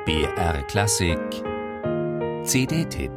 BR Klassik CD-Tipp.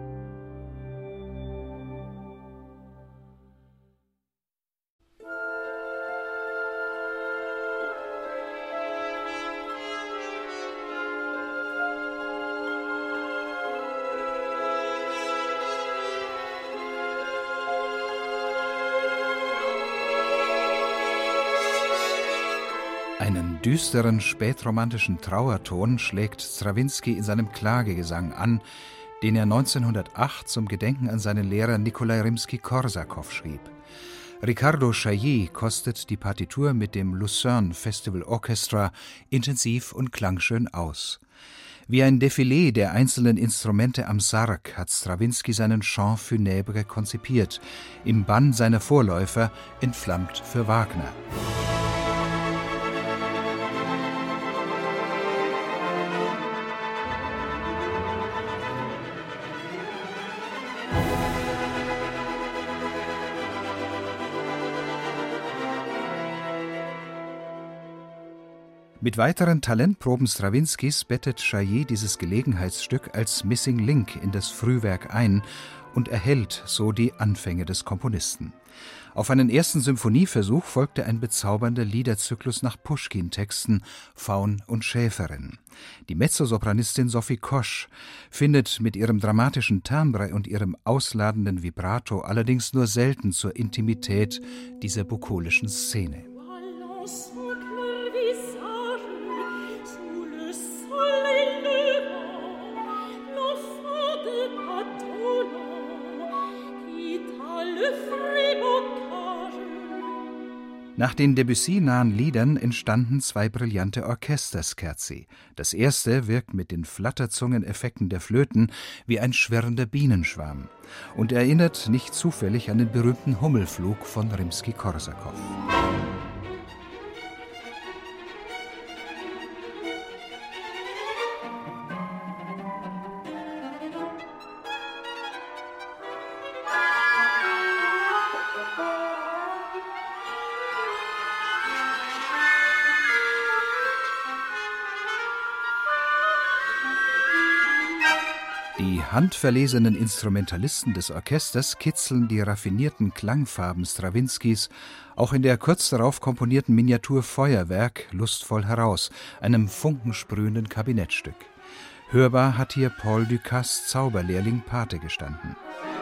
Einen düsteren spätromantischen Trauerton schlägt Strawinski in seinem Klagegesang an, den er 1908 zum Gedenken an seinen Lehrer Nikolai Rimski-Korsakow schrieb. Riccardo Chailly kostet die Partitur mit dem Lucerne Festival Orchestra intensiv und klangschön aus. Wie ein Défilé der einzelnen Instrumente am Sarg hat Strawinski seinen Chant funèbre konzipiert, im Bann seiner Vorläufer entflammt für Wagner. Mit weiteren Talentproben Strawinskys bettet Chailly dieses Gelegenheitsstück als Missing Link in das Frühwerk ein und erhellt so die Anfänge des Komponisten. Auf einen ersten Symphonieversuch folgte ein bezaubernder Liederzyklus nach Puschkin-Texten Faun und Schäferin. Die Mezzosopranistin Sophie Kosch findet mit ihrem dramatischen Timbre und ihrem ausladenden Vibrato allerdings nur selten zur Intimität dieser bukolischen Szene. Nach den Debussy-nahen Liedern entstanden zwei brillante Orchesterscherzi. Das erste wirkt mit den Flatterzungeneffekten der Flöten wie ein schwirrender Bienenschwarm und erinnert nicht zufällig an den berühmten Hummelflug von Rimski-Korsakow. Die handverlesenen Instrumentalisten des Orchesters kitzeln die raffinierten Klangfarben Strawinskys auch in der kurz darauf komponierten Miniatur Feuerwerk lustvoll heraus, einem funkensprühenden Kabinettstück. Hörbar hat hier Paul Dukas Zauberlehrling Pate gestanden.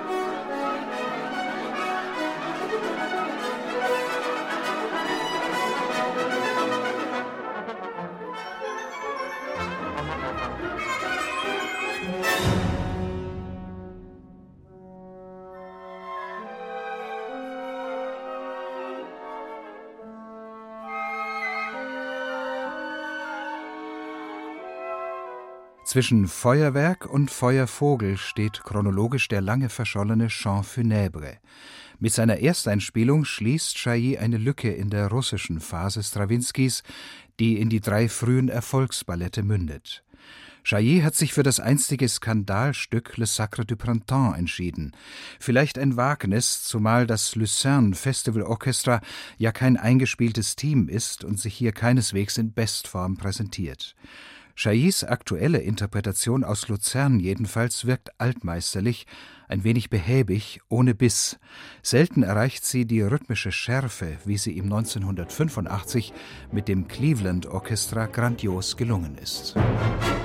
Zwischen Feuerwerk und Feuervogel steht chronologisch der lange verschollene Chant funèbre. Mit seiner Ersteinspielung schließt Chailly eine Lücke in der russischen Phase Strawinskys, die in die drei frühen Erfolgsballette mündet. Chailly hat sich für das einstige Skandalstück Le Sacre du Printemps entschieden. Vielleicht ein Wagnis, zumal das Lucerne Festival Orchestra ja kein eingespieltes Team ist und sich hier keineswegs in Bestform präsentiert. Chaillys aktuelle Interpretation aus Luzern jedenfalls wirkt altmeisterlich, ein wenig behäbig, ohne Biss. Selten erreicht sie die rhythmische Schärfe, wie sie ihm 1985 mit dem Cleveland Orchestra grandios gelungen ist.